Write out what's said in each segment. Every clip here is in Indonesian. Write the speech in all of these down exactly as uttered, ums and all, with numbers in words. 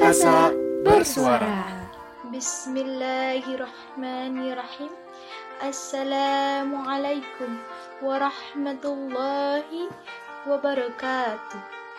Angkasa Bersuara. Bismillahirrahmanirrahim. Assalamualaikum warahmatullahi wabarakatuh.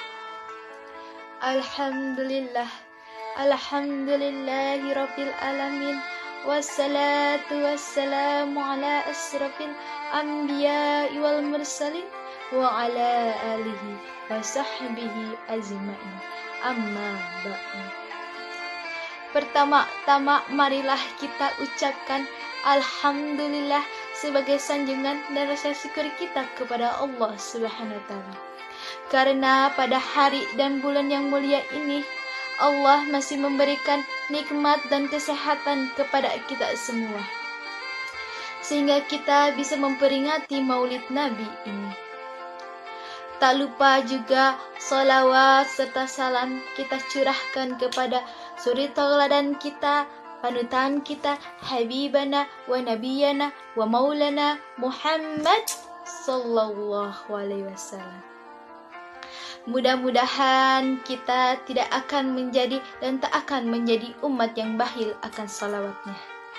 Alhamdulillah, alhamdulillahi rabbil alamin. Wassalatu wassalamu ala asrafil anbiya'i wal mursalin wa ala alihi wa sahbihi ajma'in. Amma ba'du. Pertama-tama marilah kita ucapkan alhamdulillah sebagai sanjungan dan rasa syukur kita kepada Allah Subhanahu wa taala. Karena pada hari dan bulan yang mulia ini Allah masih memberikan nikmat dan kesehatan kepada kita semua, sehingga kita bisa memperingati Maulid Nabi ini. Tak lupa juga salawat serta salam kita curahkan kepada suri tauladan kita, panutan kita, habibana wa nabiyana wa maulana Muhammad sallallahu alaihi wasallam. Mudah-mudahan kita tidak akan menjadi dan tak akan menjadi umat yang bakhil akan salawatnya.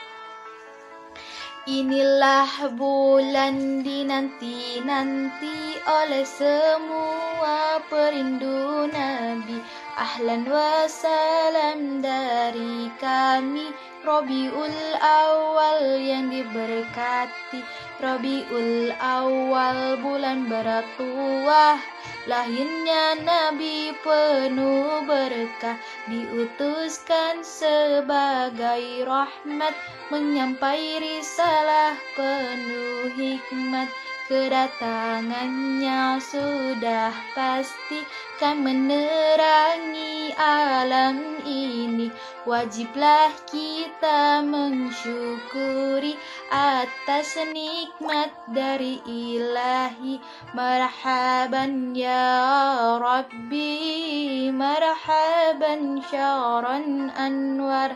Inilah bulan dinanti-nanti oleh semua perindu Nabi. Ahlan wa salam dari kami, Rabiul Awal yang diberkati. Rabiul Awal bulan bertuah, lahirnya Nabi penuh berkah, diutuskan sebagai rahmat, menyampai risalah penuh hikmat. Kedatangannya sudah pasti kan menerangi alam ini. Wajiblah kita mensyukuri atas nikmat dari ilahi. Marhaban ya Rabbi, marhaban syaran anwar.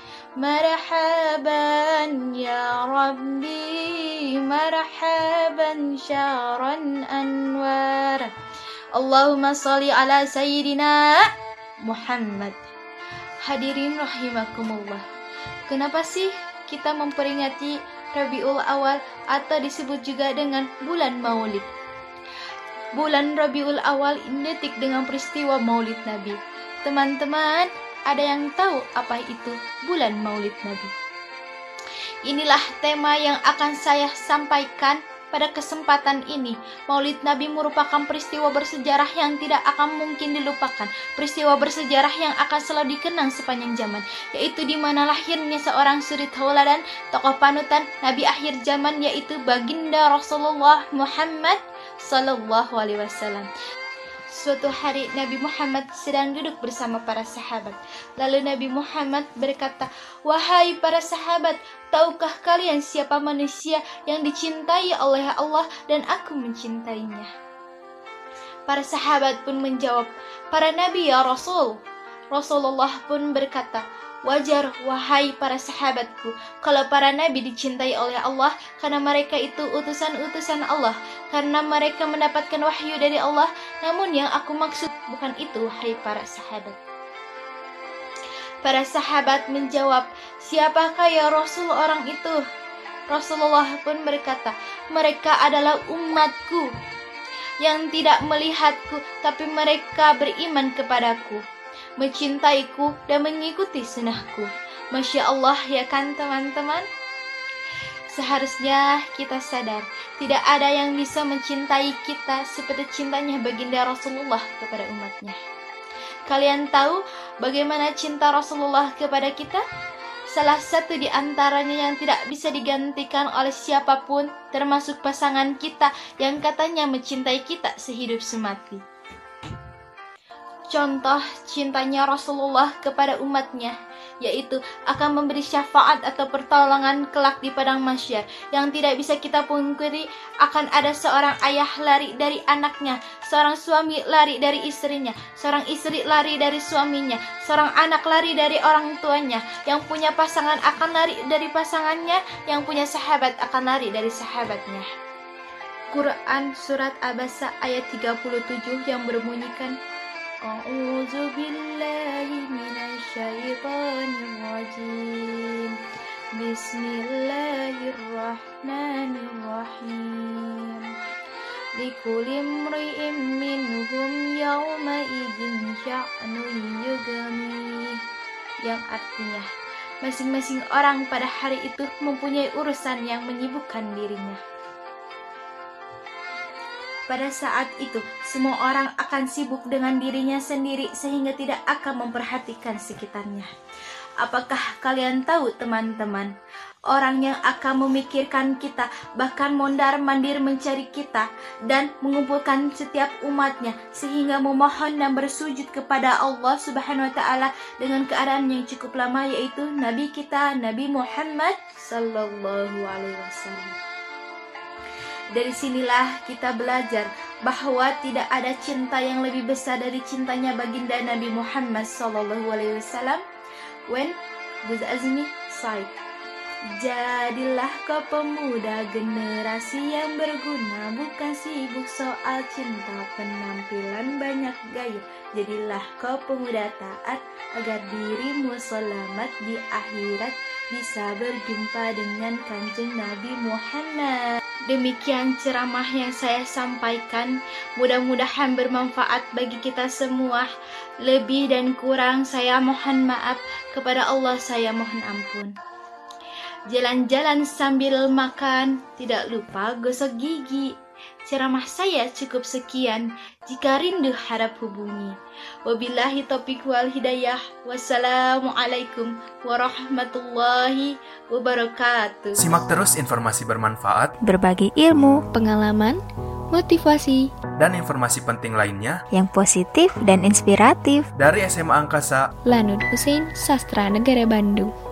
Marhaban ya Rabbi, marhaban syaran anwar. Allahumma salli ala Sayyidina Muhammad. Hadirin rahimakumullah. Kenapa sih kita memperingati Rabiul Awal atau disebut juga dengan bulan Maulid? Bulan Rabiul Awal identik dengan peristiwa Maulid Nabi. Teman-teman, ada yang tahu apa itu bulan Maulid Nabi? Inilah tema yang akan saya sampaikan pada kesempatan ini. Maulid Nabi merupakan peristiwa bersejarah yang tidak akan mungkin dilupakan, peristiwa bersejarah yang akan selalu dikenang sepanjang zaman, yaitu di mana lahirnya seorang suri tauladan, tokoh panutan Nabi akhir zaman, yaitu baginda Rasulullah Muhammad sallallahu alaihi wasallam. Suatu hari Nabi Muhammad sedang duduk bersama para sahabat. Lalu Nabi Muhammad berkata, "Wahai para sahabat, tahukah kalian siapa manusia yang dicintai oleh Allah dan aku mencintainya?" Para sahabat pun menjawab, "Para nabi ya Rasul." Rasulullah pun berkata, "Wajar wahai para sahabatku kalau para nabi dicintai oleh Allah, karena mereka itu utusan-utusan Allah, karena mereka mendapatkan wahyu dari Allah. Namun yang aku maksud bukan itu wahai para sahabat." Para sahabat menjawab, "Siapakah ya Rasul orang itu?" Rasulullah pun berkata, "Mereka adalah umatku yang tidak melihatku, tapi mereka beriman kepadaku, mencintaiku dan mengikuti sunnahku." Masya Allah ya kan teman-teman? Seharusnya kita sadar, tidak ada yang bisa mencintai kita seperti cintanya baginda Rasulullah kepada umatnya. Kalian tahu bagaimana cinta Rasulullah kepada kita? Salah satu di antaranya yang tidak bisa digantikan oleh siapapun, termasuk pasangan kita yang katanya mencintai kita sehidup semati. Contoh cintanya Rasulullah kepada umatnya, yaitu akan memberi syafaat atau pertolongan kelak di padang mahsyar. Yang tidak bisa kita pungkiri, akan ada seorang ayah lari dari anaknya, seorang suami lari dari istrinya, seorang istri lari dari suaminya, seorang anak lari dari orang tuanya, yang punya pasangan akan lari dari pasangannya, yang punya sahabat akan lari dari sahabatnya. Quran Surat Abasa ayat tiga puluh tujuh yang berbunyikan, A'udzu billahi minasy minasyaitonir rajim. Bismillahirrahmanirrahim. Likulli imri'in minhum yawma idzin sya'nun yughnih. Yang artinya, masing-masing orang pada hari itu mempunyai urusan yang menyibukkan dirinya. Pada saat itu, semua orang akan sibuk dengan dirinya sendiri sehingga tidak akan memperhatikan sekitarnya. Apakah kalian tahu, teman-teman, orang yang akan memikirkan kita, bahkan mondar-mandir mencari kita dan mengumpulkan setiap umatnya sehingga memohon dan bersujud kepada Allah Subhanahu wa taala dengan keadaan yang cukup lama, yaitu Nabi kita, Nabi Muhammad sallallahu alaihi wasallam. Dari sinilah kita belajar bahwa tidak ada cinta yang lebih besar dari cintanya baginda Nabi Muhammad sallallahu alaihi wasallam. When Gus Azmi said, jadilah kau pemuda generasi yang berguna, bukan sibuk soal cinta penampilan banyak gaya. Jadilah kau pemuda taat agar dirimu selamat di akhirat, bisa berjumpa dengan kanjeng Nabi Muhammad. Demikian ceramah yang saya sampaikan, mudah-mudahan bermanfaat bagi kita semua. Lebih dan kurang saya mohon maaf, kepada Allah saya mohon ampun. Jalan-jalan sambil makan, tidak lupa gosok gigi. Ceramah saya cukup sekian, jika rindu harap hubungi. Wabillahi taufiq wal hidayah. Wassalamualaikum warahmatullahi wabarakatuh. Simak terus informasi bermanfaat, berbagi ilmu, pengalaman, motivasi, dan informasi penting lainnya yang positif dan inspiratif dari S M A Angkasa Lanud Husein Sastra Negara Bandung.